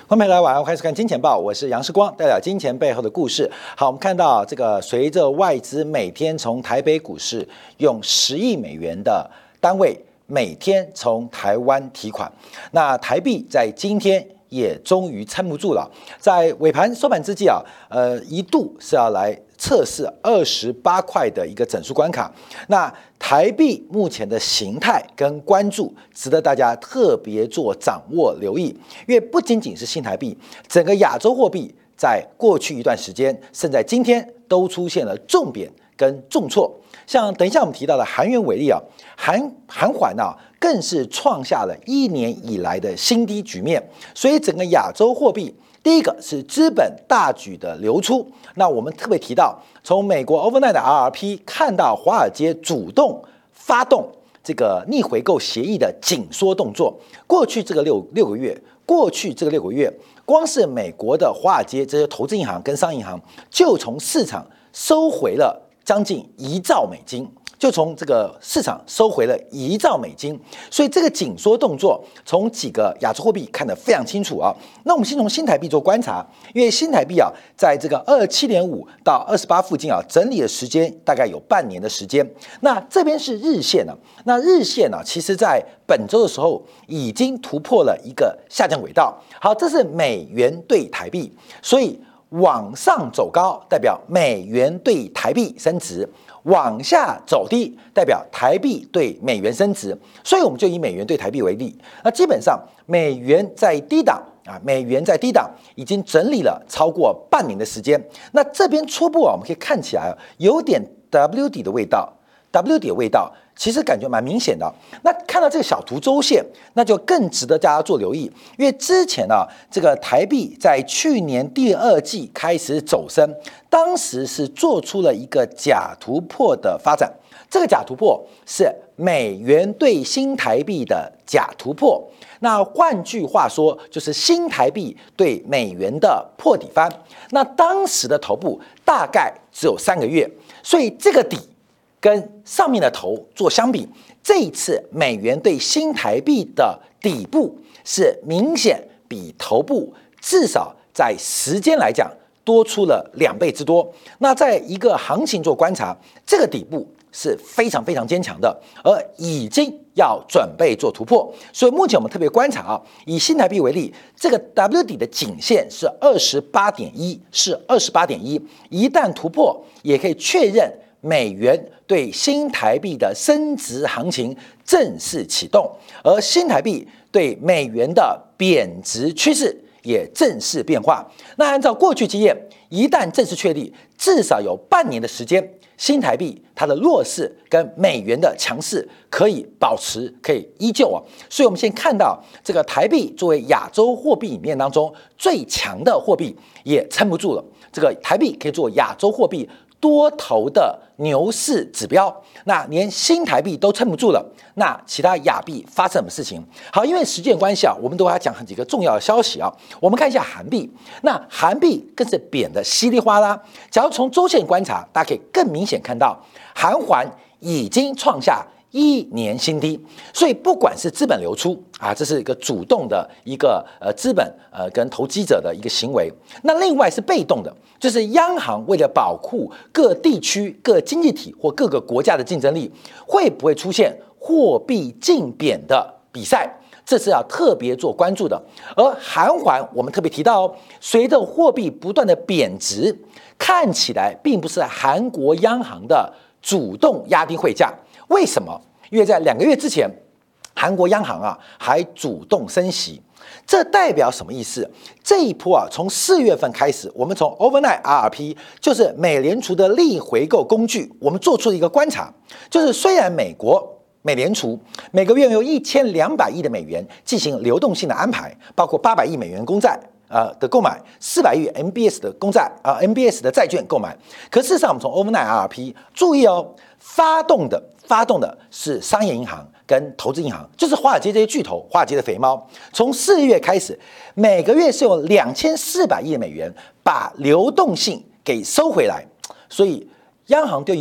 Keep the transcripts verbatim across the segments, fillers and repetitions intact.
欢迎来晚上开始看金钱报，我是杨世光，带来金钱背后的故事。好，我们看到这个随着外资每天从台北股市用十亿美元的单位每天从台湾提款，那台币在今天也终于撑不住了，在尾盘收盘之际啊，呃，一度是要来测试二十八块的一个整数关卡。那台币目前的形态跟关注，值得大家特别做掌握留意，因为不仅仅是新台币，整个亚洲货币在过去一段时间，甚至在今天都出现了重贬跟重挫。像等一下我们提到的韩元为例啊，韩韩环啊，更是创下了一年以来的新低局面。所以整个亚洲货币，第一个是资本大举的流出。那我们特别提到，从美国 overnight 的 R R P 看到华尔街主动发动这个逆回购协议的紧缩动作。过去这个六六个月，过去这个六个月，光是美国的华尔街这些投资银行跟商业银行，就从市场收回了将近一兆美金。就从这个市场收回了一兆美金，所以这个紧缩动作从几个亚洲货币看得非常清楚啊。那我们先从新台币做观察，因为新台币啊，在这个二七点五到二十八附近啊，整理的时间大概有半年的时间。那这边是日线呢、啊，那日线呢、啊，其实在本周的时候已经突破了一个下降轨道。好，这是美元对台币，所以往上走高代表美元对台币升值。往下走低，代表台币对美元升值，所以我们就以美元对台币为例。那基本上美元在低档啊，美元在低档已经整理了超过半年的时间。那这边初步啊，我们可以看起来有点 W 底的味道 ，W 底的味道。其实感觉蛮明显的。那看到这个小图周线，那就更值得大家做留意，因为之前呢、啊，这个台币在去年第二季开始走升，当时是做出了一个假突破的发展。这个假突破是美元对新台币的假突破。那换句话说，就是新台币对美元的破底翻。那当时的头部大概只有三个月，所以这个底跟上面的头做相比，这一次美元对新台币的底部是明显比头部至少在时间来讲多出了两倍之多。那在一个行情做观察，这个底部是非常非常坚强的，而已经要准备做突破。所以目前我们特别观察啊，以新台币为例，这个 W 底的颈线是二十八点一，是二十八点一，一旦突破，也可以确认美元对新台币的升值行情正式启动，而新台币对美元的贬值趋势也正式变化。那按照过去经验，一旦正式确立，至少有半年的时间，新台币它的弱势跟美元的强势可以保持，可以依旧啊。所以我们先看到这个台币作为亚洲货币里面当中最强的货币，也撑不住了。这个台币可以做亚洲货币多头的牛市指标，那连新台币都撑不住了，那其他亚币发生什么事情？好，因为时间关系啊，我们都要讲几个重要的消息啊。我们看一下韩币，那韩币更是贬得稀里哗啦。假如从周线观察，大家可以更明显看到，韩环已经创下一年新低，所以不管是资本流出啊，这是一个主动的一个呃资本呃跟投机者的一个行为。那另外是被动的，就是央行为了保护各地区、各经济体或各个国家的竞争力，会不会出现货币竞贬的比赛？这是要特别做关注的。而韩环我们特别提到哦，随着货币不断的贬值，看起来并不是韩国央行的主动压低汇价。为什么？因为在两个月之前，韩国央行啊还主动升息，这代表什么意思？这一波啊，从四月份开始，我们从 overnight R R P， 就是美联储的逆回购工具，我们做出了一个观察，就是虽然美国美联储每个月有一千两百亿的美元进行流动性的安排，包括八百亿美元公债。呃的购买，四百亿 M B S 的公债啊、呃、，M B S 的债券购买。可事实上，我们从 overnight R R P 注意哦，发动的发动的是商业银行跟投资银行，就是华尔街这些巨头，华尔街的肥猫。从四月开始，每个月是有两千四百亿的美元把流动性给收回来，所以央行丢一块，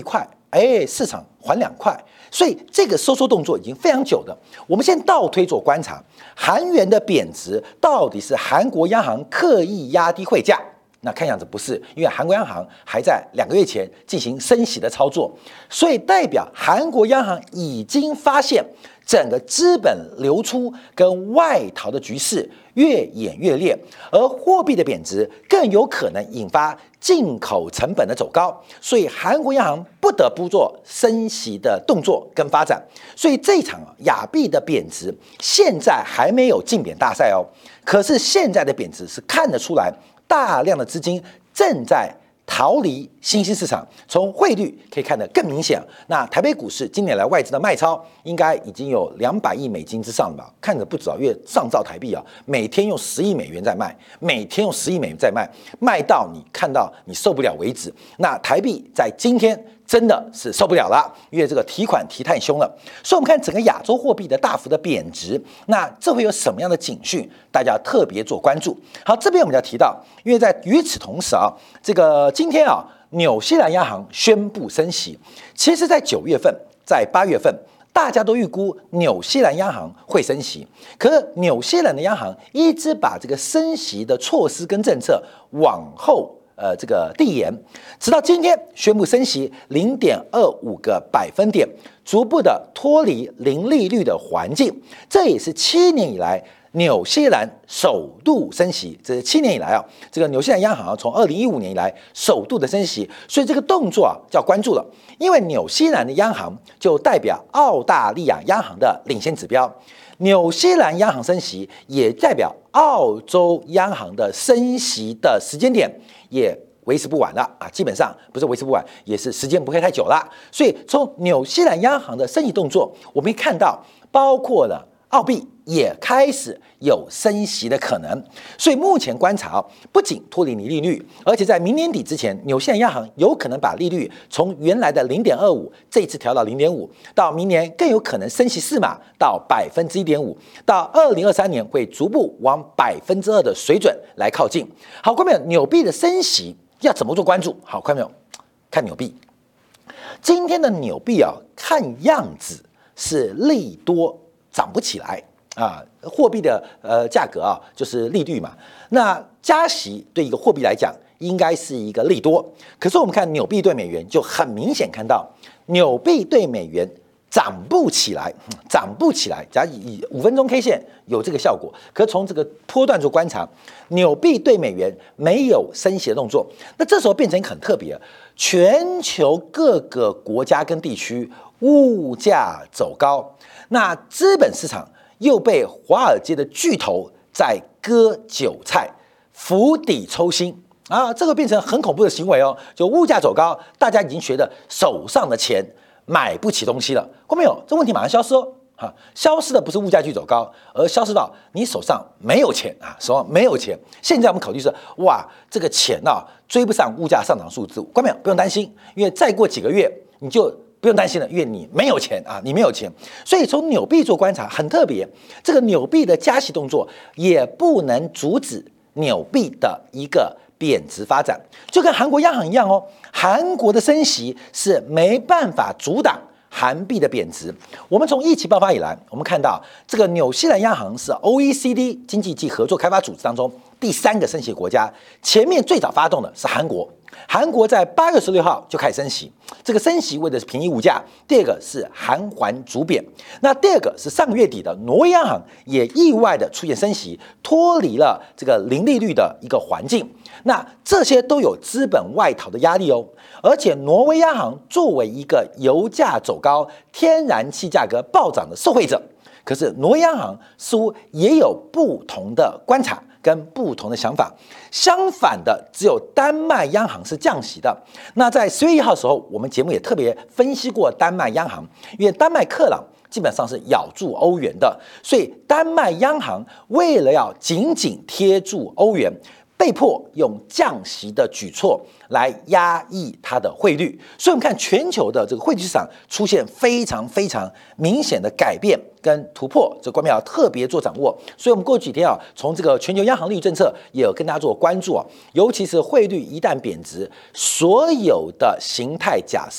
哎，市场还两块，所以这个收缩动作已经非常久的。我们先倒推做观察，韩元的贬值到底是韩国央行刻意压低汇价？那看样子不是，因为韩国央行还在两个月前进行升息的操作，所以代表韩国央行已经发现整个资本流出跟外逃的局势越演越烈，而货币的贬值更有可能引发进口成本的走高，所以韩国央行不得不做升息的动作跟发展。所以这场亚币的贬值现在还没有竞贬大赛哦，可是现在的贬值是看得出来。大量的资金正在逃离新兴市场，从汇率可以看得更明显。那台北股市今年来外资的卖超应该已经有两百亿美金之上了吧？看着不止啊，因为上兆台币啊，每天用十亿美元在卖，每天用十亿美元在卖，卖到你看到你受不了为止。那台币在今天真的是受不了了，因为这个提款提太凶了。所以我们看整个亚洲货币的大幅的贬值，那这会有什么样的警讯？大家特别做关注。好，这边我们要提到，因为在与此同时啊，这个今天啊，纽西兰央行宣布升息。其实，在九月份，在八月份，大家都预估纽西兰央行会升息，可是纽西兰的央行一直把这个升息的措施跟政策往后。呃，这个递延，直到今天宣布升息零点二五个百分点，逐步的脱离零利率的环境，这也是七年以来纽西兰首度升息。这是七年以来啊，这个纽西兰央行从二零一五年以来首度的升息，所以这个动作啊叫关注了，因为纽西兰的央行就代表澳大利亚央行的领先指标。纽西兰央行升息，也代表澳洲央行的升息的时间点也维持不完了啊！基本上不是维持不完，也是时间不会太久了。所以从纽西兰央行的升息动作，我们可以看到，包括了澳币也开始有升息的可能。所以目前观察，不仅脱离利率，而且在明年底之前，纽西兰央行有可能把利率从原来的零点二五，这一次调到零点五，到明年更有可能升息四码到百分之一点五，到二零二三年会逐步往百分之二的水准来靠近。好，观众朋友，纽币的升息要怎么做关注？好，观众朋友，看纽币，今天的纽币啊，看样子是利多涨不起来。啊，货币的呃价格啊，就是利率嘛。那加息对一个货币来讲，应该是一个利多。可是我们看纽币对美元，就很明显看到纽币对美元涨不起来，涨不起来。假如以五分钟 K 线有这个效果，可是从这个波段做观察，纽币对美元没有升息的动作。那这时候变成很特别，全球各个国家跟地区物价走高，那资本市场又被华尔街的巨头在割韭菜，釜底抽薪啊！这个变成很恐怖的行为哦。就物价走高，大家已经觉得手上的钱买不起东西了。看到没有？这问题马上消失哦！哈，消失的不是物价去走高，而消失到你手上没有钱啊，手上没有钱。现在我们考虑是，哇，这个钱啊追不上物价上涨数字。看到没有？不用担心，因为再过几个月你就。不用担心了，因为你没有钱啊，你没有钱，所以从纽币做观察很特别。这个纽币的加息动作也不能阻止纽币的一个贬值发展，就跟韩国央行一样哦。韩国的升息是没办法阻挡韩币的贬值。我们从疫情爆发以来，我们看到这个纽西兰央行是 O E C D 经济及合作开发组织当中第三个升息国家，前面最早发动的是韩国。韩国在八月十六号就开始升息，这个升息为的是平抑物价。第二个是韩环逐贬，那第二个是上个月底的挪威央行也意外的出现升息，脱离了这个零利率的一个环境。那这些都有资本外逃的压力哦。而且挪威央行作为一个油价走高、天然气价格暴涨的受惠者，可是挪威央行似乎也有不同的观察。跟不同的想法，相反的，只有丹麦央行是降息的。那在十月一号的时候，我们节目也特别分析过丹麦央行，因为丹麦克朗基本上是咬住欧元的，所以丹麦央行为了要紧紧贴住欧元，被迫用降息的举措来压抑它的汇率。所以我们看全球的这个汇率市场出现非常非常明显的改变跟突破，这观众要特别做掌握。所以我们过去几天啊，从这个全球央行利率政策也有跟大家做关注啊，尤其是汇率一旦贬值，所有的形态假设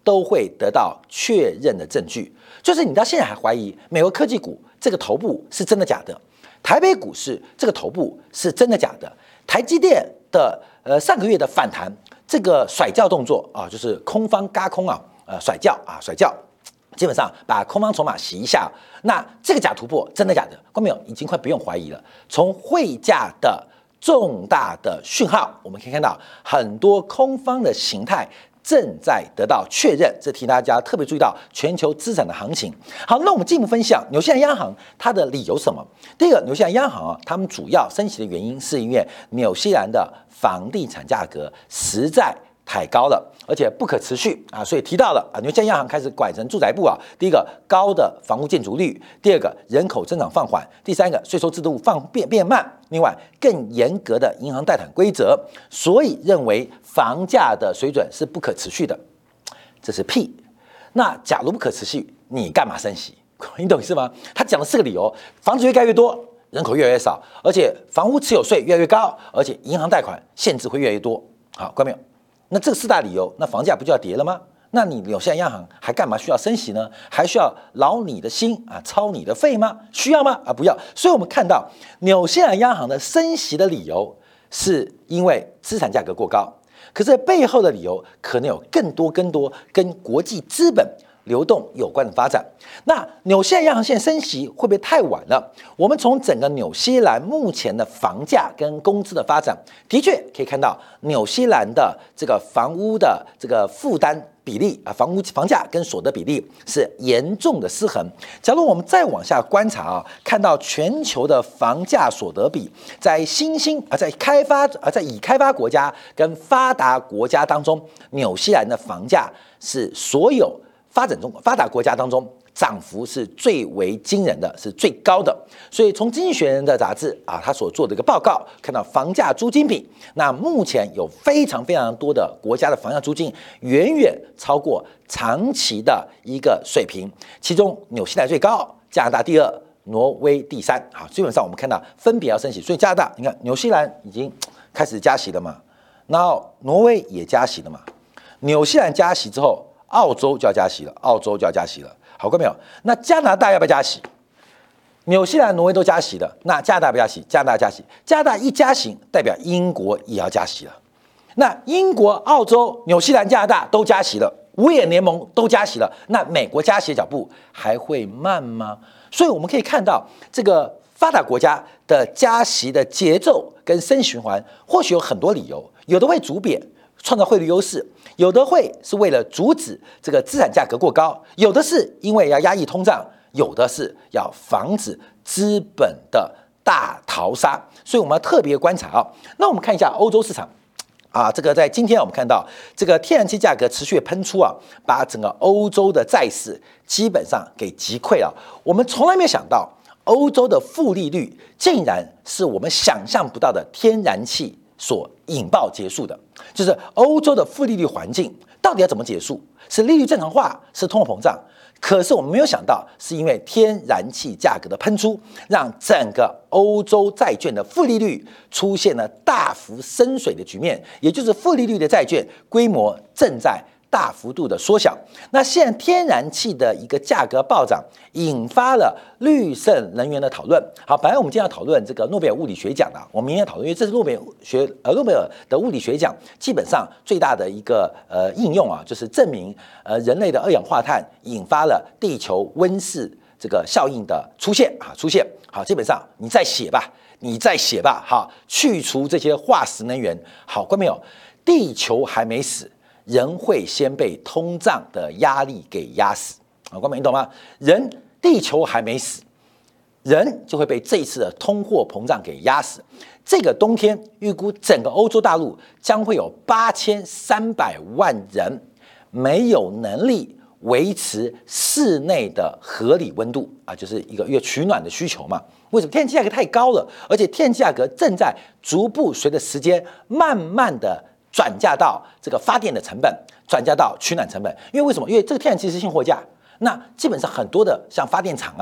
都会得到确认的证据。就是你到现在还怀疑美国科技股这个头部是真的假的，台北股市这个头部是真的假的，台积电的呃上个月的反弹这个甩轿动作啊，就是空方轧空啊，呃甩轿啊甩轿。基本上把空方筹码洗一下，那这个假突破真的假的？观众朋友已经快不用怀疑了。从汇价的重大的讯号，我们可以看到很多空方的形态正在得到确认，这提大家特别注意到全球资产的行情。好，那我们进一步分享纽西兰央行它的理由是什么？第一个，纽西兰央行啊，他们主要升息的原因是因为纽西兰的房地产价格实在太高了，而且不可持续啊，所以提到了啊，纽西兰央行开始改成住宅部啊。第一个，高的房屋建筑率；第二个，人口增长放缓；第三个，税收制度放变变慢。另外，更严格的银行贷款规则，所以认为房价的水准是不可持续的。这是屁。那假如不可持续，你干嘛升息？你懂意思吗？他讲的四个理由：房子越盖越多，人口越来越少，而且房屋持有税越来越高，而且银行贷款限制会越来越多。好，观众朋友。那这四大理由，那房价不就要跌了吗？那你纽西兰央行还干嘛需要升息呢？还需要劳你的心啊，操你的肺吗？需要吗？啊，不要。所以我们看到纽西兰央行的升息的理由，是因为资产价格过高，可是背后的理由可能有更多更多跟国际资本流动有关的发展。那纽西兰央行现在升息会不会太晚了？我们从整个纽西兰目前的房价跟工资的发展，的确可以看到纽西兰的这个房屋的这个负担比例啊，房屋房价跟所得比例是严重的失衡。假如我们再往下观察啊，看到全球的房价所得比，在新兴啊，在开发啊，在已开发国家跟发达国家当中，纽西兰的房价是所有发展中发达国家当中涨幅是最为惊人的，是最高的。所以从经济学人的杂志啊，他所做的一个报告，看到房价租金比，那目前有非常非常多的国家的房价租金远远超过长期的一个水平，其中纽西兰最高，加拿大第二，挪威第三。好，基本上我们看到分别要升息，所以加拿大，你看纽西兰已经开始加息了嘛，然后挪威也加息了嘛，纽西兰加息之后，澳洲就要加息了，澳洲就要加息了。好，看到没有？那加拿大要不要加息？纽西兰、挪威都加息了，那加拿大不加息？加拿大加息，加拿大一加息，代表英国也要加息了。那英国、澳洲、纽西兰、加拿大都加息了，五眼联盟都加息了，那美国加息的脚步还会慢吗？所以我们可以看到，这个发达国家的加息的节奏跟升息循环，或许有很多理由，有的会逐贬，创造汇率优势，有的会是为了阻止这个资产价格过高，有的是因为要压抑通胀，有的是要防止资本的大逃杀。所以我们要特别观察啊。那我们看一下欧洲市场啊，这个在今天我们看到这个天然气价格持续喷出啊，把整个欧洲的债市基本上给击溃了。我们从来没有想到，欧洲的负利率竟然是我们想象不到的天然气所引爆结束的。就是欧洲的负利率环境到底要怎么结束？是利率正常化，是通货膨胀？可是我们没有想到，是因为天然气价格的喷出，让整个欧洲债券的负利率出现了大幅深水的局面，也就是负利率的债券规模正在大幅度的缩小。那现在天然气的一个价格暴涨，引发了绿色能源的讨论。好，本来我们今天要讨论这个诺贝尔物理学奖啊，我们明天讨论，因为这是诺贝尔学呃诺贝尔的物理学奖，基本上最大的一个呃应用啊，就是证明呃人类的二氧化碳引发了地球温室这个效应的出现啊出现。好，基本上你再写吧，你再写吧，好，去除这些化石能源。好，观众朋友，地球还没死，人会先被通胀的压力给压死。好，观众你懂吗？人地球还没死，人就会被这一次的通货膨胀给压死。这个冬天，预估整个欧洲大陆将会有八千三百万人没有能力维持室内的合理温度啊，就是一个一个取暖的需求嘛。为什么？天然气价格太高了，而且天然气价格正在逐步随着时间慢慢的转嫁到这个发电的成本，转嫁到取暖成本。因为为什么？因为这个天然气是现货价，那基本上很多的像发电厂啊、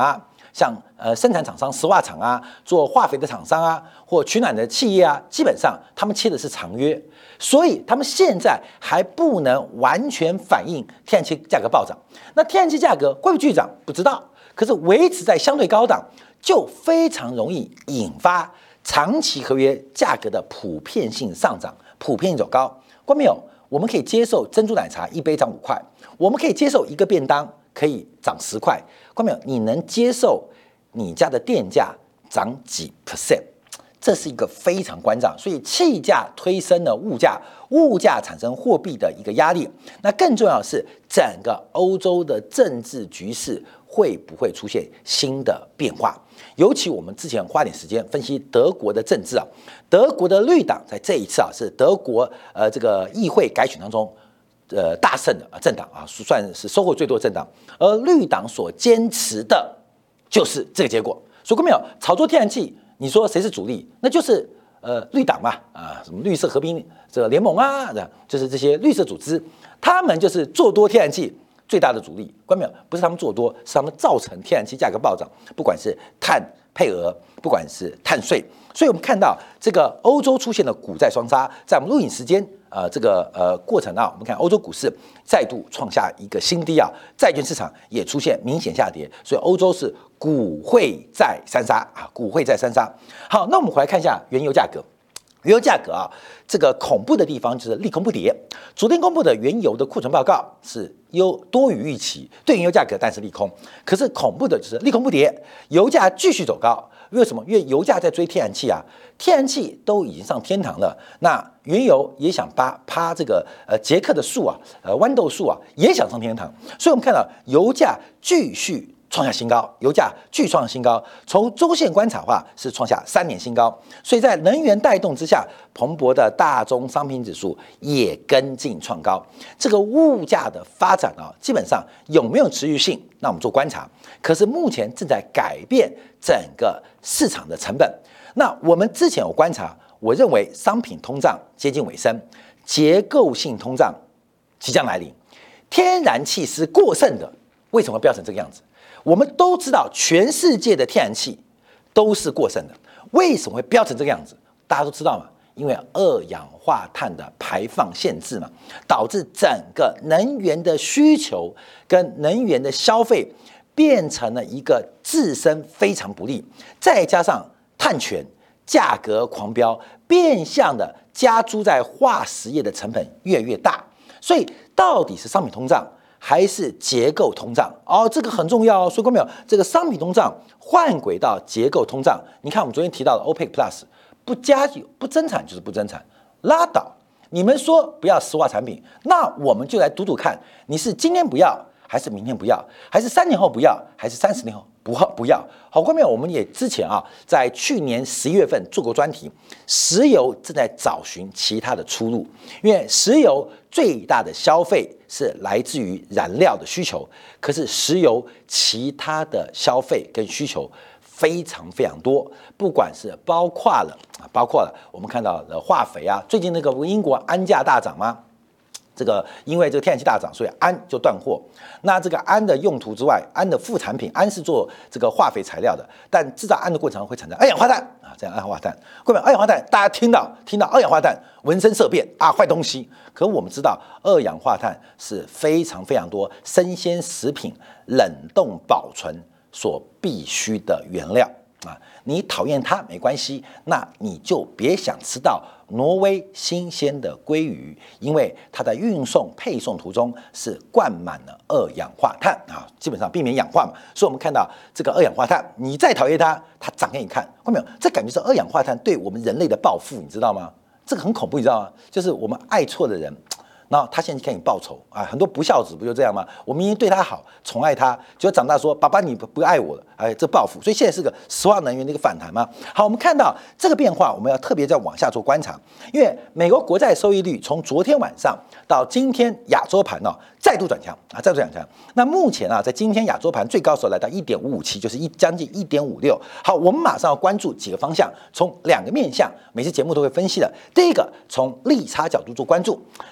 像呃生产厂商、石化厂啊，做化肥的厂商啊，或取暖的企业啊，基本上他们签的是长约，所以他们现在还不能完全反映天然气价格暴涨。那天然气价格会不会继续涨？不知道。可是维持在相对高档，就非常容易引发长期合约价格的普遍性上涨、普遍性走高。观众朋友，我们可以接受珍珠奶茶一杯涨五块，我们可以接受一个便当可以涨十块。观众朋友，你能接受你家的电价涨几 percent？ 这是一个非常关键，所以气价推升了物价，物价产生货币的一个压力。那更重要的是，整个欧洲的政治局势会不会出现新的变化？尤其我们之前花点时间分析德国的政治啊，德国的绿党在这一次啊是德国呃这个议会改选当中呃大胜的政党啊，算是收获最多的政党，而绿党所坚持的就是这个结果。所以各位朋友，炒作天然气，你说谁是主力？那就是呃绿党嘛，啊什么绿色和平这个联盟啊，就是这些绿色组织，他们就是做多天然气最大的主力。观众朋友，不是他们做多，是他们造成天然气价格暴涨，不管是碳配额，不管是碳税。所以我们看到这个欧洲出现了股债双杀，在我们录影时间。呃，这个呃过程啊，我们看欧洲股市再度创下一个新低啊，债券市场也出现明显下跌，所以欧洲是股汇债三杀啊，股汇债三杀。好，那我们回来看一下原油价格。原油价格啊，这个恐怖的地方就是利空不跌。昨天公布的原油的库存报告是优多于预期，对原油价格但是利空。可是恐怖的就是利空不跌，油价继续走高。为什么？因为油价在追天然气啊，天然气都已经上天堂了，那原油也想扒趴这个呃捷克的树啊，呃豌豆树啊，也想上天堂。所以我们看到油价继续创下新高，油价继续创下新高。从周线观察的话，是创下三年新高。所以在能源带动之下，彭博的大宗商品指数也跟进创高。这个物价的发展啊，基本上有没有持续性？那我们做观察。可是目前正在改变整个市场的成本。那我们之前有观察，我认为商品通胀接近尾声，结构性通胀即将来临。天然气是过剩的，为什么会飙成这个样子？我们都知道，全世界的天然气都是过剩的，为什么会飙成这个样子？大家都知道嘛，因为二氧化碳的排放限制嘛，导致整个能源的需求跟能源的消费变成了一个自身非常不利，再加上碳权价格狂飙，变相的加诸在化石业的成本越来越大。所以到底是商品通胀还是结构通胀？哦，这个很重要哦。说过没有？这个商品通胀换轨到结构通胀，你看我们昨天提到的 OPEC Plus 不加不增产就是不增产，拉倒。你们说不要石化产品，那我们就来赌赌看，你是今天不要，还是明天不要，还是三年后不要，还是三十年后不不要？好，观众朋友，我们也之前啊，在去年十一月份做过专题，石油正在找寻其他的出路，因为石油最大的消费是来自于燃料的需求，可是石油其他的消费跟需求非常非常多，不管是包括了啊，包括了我们看到的化肥啊，最近那个英国氨价大涨吗？这个因为这个天然气大涨，所以氨就断货。那这个氨的用途之外，氨的副产品，氨是做这个化肥材料的，但制造氨的过程会产生二氧化碳啊，这样二氧化碳，各位二氧化碳，大家听到听到二氧化碳，闻声色变啊，坏东西。可我们知道，二氧化碳是非常非常多生鲜食品冷冻保存所必须的原料啊。你讨厌它没关系，那你就别想吃到挪威新鲜的鲑鱼，因为它在运送配送途中是灌满了二氧化碳啊，基本上避免氧化嘛。所以我们看到这个二氧化碳，你再讨厌它，它长给你看，看到没有？这感觉是二氧化碳对我们人类的报复，你知道吗？这个很恐怖，你知道吗？就是我们爱错的人。然后他现在给你报仇啊！很多不孝子不就这样吗？我明明对他好，宠爱他，结果长大说爸爸你不不爱我了，哎，这报复。所以现在是个石化能源的一个反弹嘛。好，我们看到这个变化，我们要特别再往下做观察，因为美国国债收益率从昨天晚上到今天亚洲盘呢再度转强啊，再度转强。那目前啊，在今天亚洲盘最高时候来到一点五五七，就是一将近一点五六。好，我们马上要关注几个方向，从两个面向，每次节目都会分析的。第一个，从利差角度做关注。那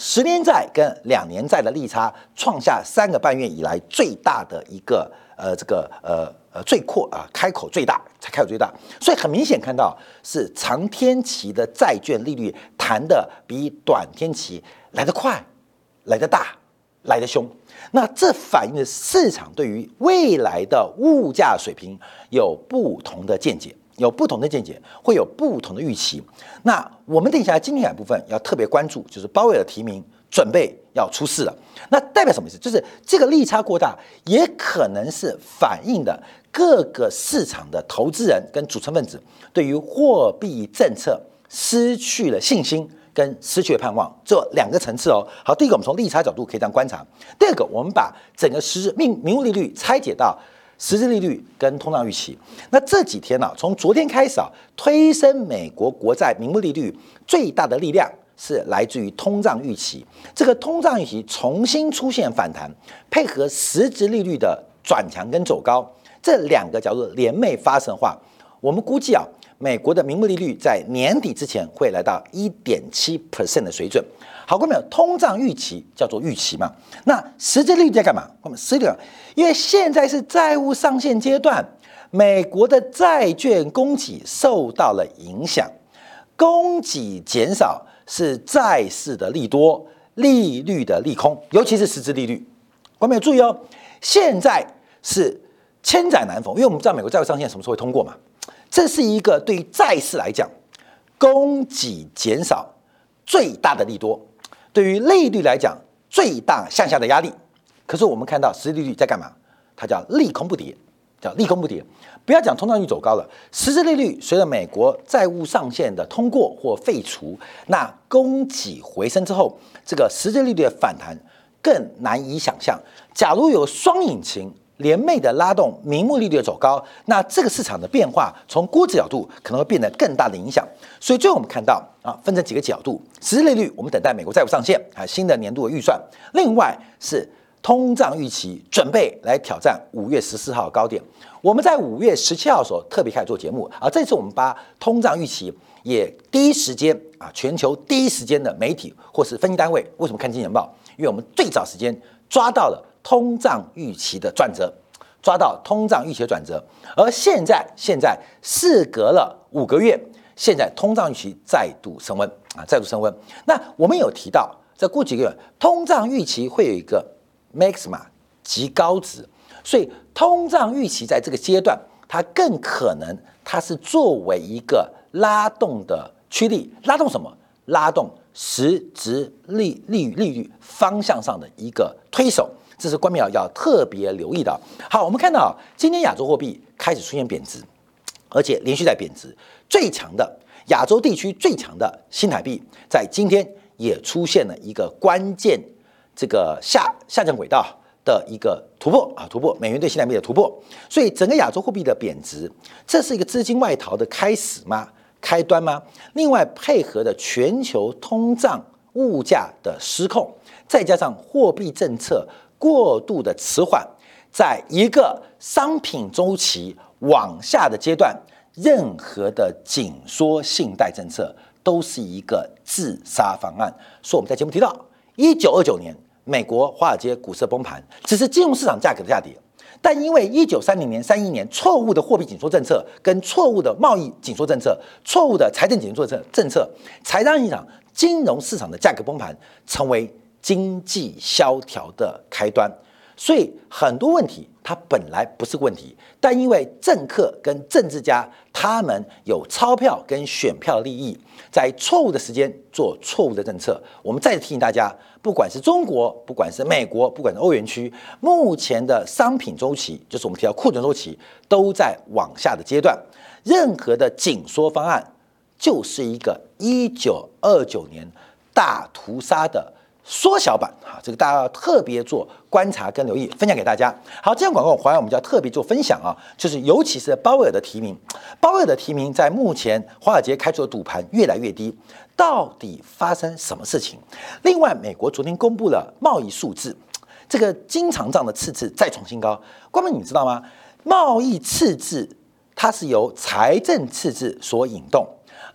十年债跟两年债的利差创下三个半月以来最大的一个呃这个呃呃最阔啊开口最大，才开口最大，所以很明显看到是长天期的债券利率弹得比短天期来得快、来得大、来得凶。那这反映的市场对于未来的物价水平有不同的见解。有不同的见解，会有不同的预期。那我们等一下今天部分要特别关注，就是鲍威尔提名准备要出事了。那代表什么意思？就是这个利差过大，也可能是反映的各个市场的投资人跟组成分子对于货币政策失去了信心跟失去了盼望，这两个层次哦。好，第一个我们从利差角度可以这样观察，第二个我们把整个实质名名目利率拆解到实质利率跟通胀预期。那这几天呢、啊，从昨天开始啊，推升美国国债名目利率最大的力量是来自于通胀预期。这个通胀预期重新出现反弹，配合实质利率的转强跟走高，这两个角度联袂发生的话，我们估计啊，美国的名目利率在年底之前会来到 百分之一点七 的水准。好，各位朋友，通胀预期叫做预期嘛？那实质利率在干嘛？我们实质利率，因为现在是债务上限阶段，美国的债券供给受到了影响，供给减少是债市的利多，利率的利空，尤其是实质利率。各位朋友注意哦，现在是千载难逢，因为我们知道美国债务上限什么时候会通过嘛？这是一个对于债市来讲，供给减少最大的利多。对于利率来讲，最大向下的压力。可是我们看到实际利率在干嘛？它叫利空不跌，叫利空不跌。不要讲通胀率走高了，实质利率随着美国债务上限的通过或废除，那供给回升之后，这个实质利率的反弹更难以想象。假如有双引擎联袂的拉动名目利率的走高，那这个市场的变化从估值角度可能会变得更大的影响。所以最后我们看到啊，分成几个角度：实质利率，我们等待美国债务上限啊新的年度的预算；另外是通胀预期，准备来挑战五月十四号的高点。我们在五月十七号的时候特别开始做节目啊，这次我们把通胀预期也第一时间啊，全球第一时间的媒体或是分析单位，为什么看《金钱报》？因为我们最早时间抓到了通胀预期的转折，抓到通胀预期的转折，而现在现在事隔了五个月，现在通胀预期再度升温啊，再度升温。那我们有提到，在过几个月，通胀预期会有一个 maxima 极高值，所以通胀预期在这个阶段，它更可能它是作为一个拉动的驱力，拉动什么？拉动实质利利利率方向上的一个推手。这是官媒要特别留意的。好，我们看到今天亚洲货币开始出现贬值，而且连续在贬值。最强的亚洲地区最强的新台币，在今天也出现了一个关键这个下下降轨道的一个突破啊，突破美元对新台币的突破。所以整个亚洲货币的贬值，这是一个资金外逃的开始吗？开端吗？另外配合的全球通胀物价的失控，再加上货币政策过度的迟缓，在一个商品周期往下的阶段，任何的紧缩信贷政策都是一个自杀方案。所以我们在节目提到，一九二九年美国华尔街股市崩盘，只是金融市场价格的下跌，但因为一九三零年、三一年错误的货币紧缩政策跟错误的贸易紧缩政策、错误的财政紧缩政策，才让一场金融市场的价格崩盘成为经济萧条的开端。所以很多问题它本来不是问题，但因为政客跟政治家他们有钞票跟选票利益，在错误的时间做错误的政策。我们再次提醒大家，不管是中国，不管是美国，不管是欧元区，目前的商品周期，就是我们提到库存周期，都在往下的阶段。任何的紧缩方案，就是一个一九二九年大屠杀的缩小版啊，这个大家要特别做观察跟留意，分享给大家。好，这样广告回来我们就要特别做分享啊，就是尤其是鲍威尔的提名，鲍威尔的提名在目前华尔街开出的赌盘越来越低，到底发生什么事情？另外，美国昨天公布了贸易数字，这个经常账的赤字再创新高。观众你知道吗？贸易赤字它是由财政赤字所引动。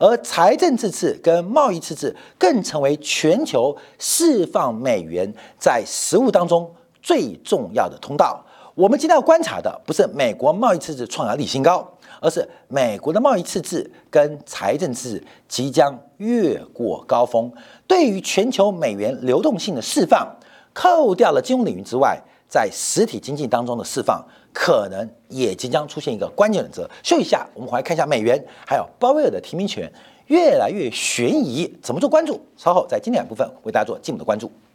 而财政赤字跟贸易赤字更成为全球释放美元在实务当中最重要的通道。我们今天要观察的不是美国贸易赤字创下历史新高，而是美国的贸易赤字跟财政赤字即将越过高峰，对于全球美元流动性的释放，扣掉了金融领域之外，在实体经济当中的释放，可能也即将出现一个关键转折。休息一下，我们回来看一下美元还有鲍威尔的提名权越来越悬疑，怎么做关注？稍后在经典部分为大家做进一步的关注。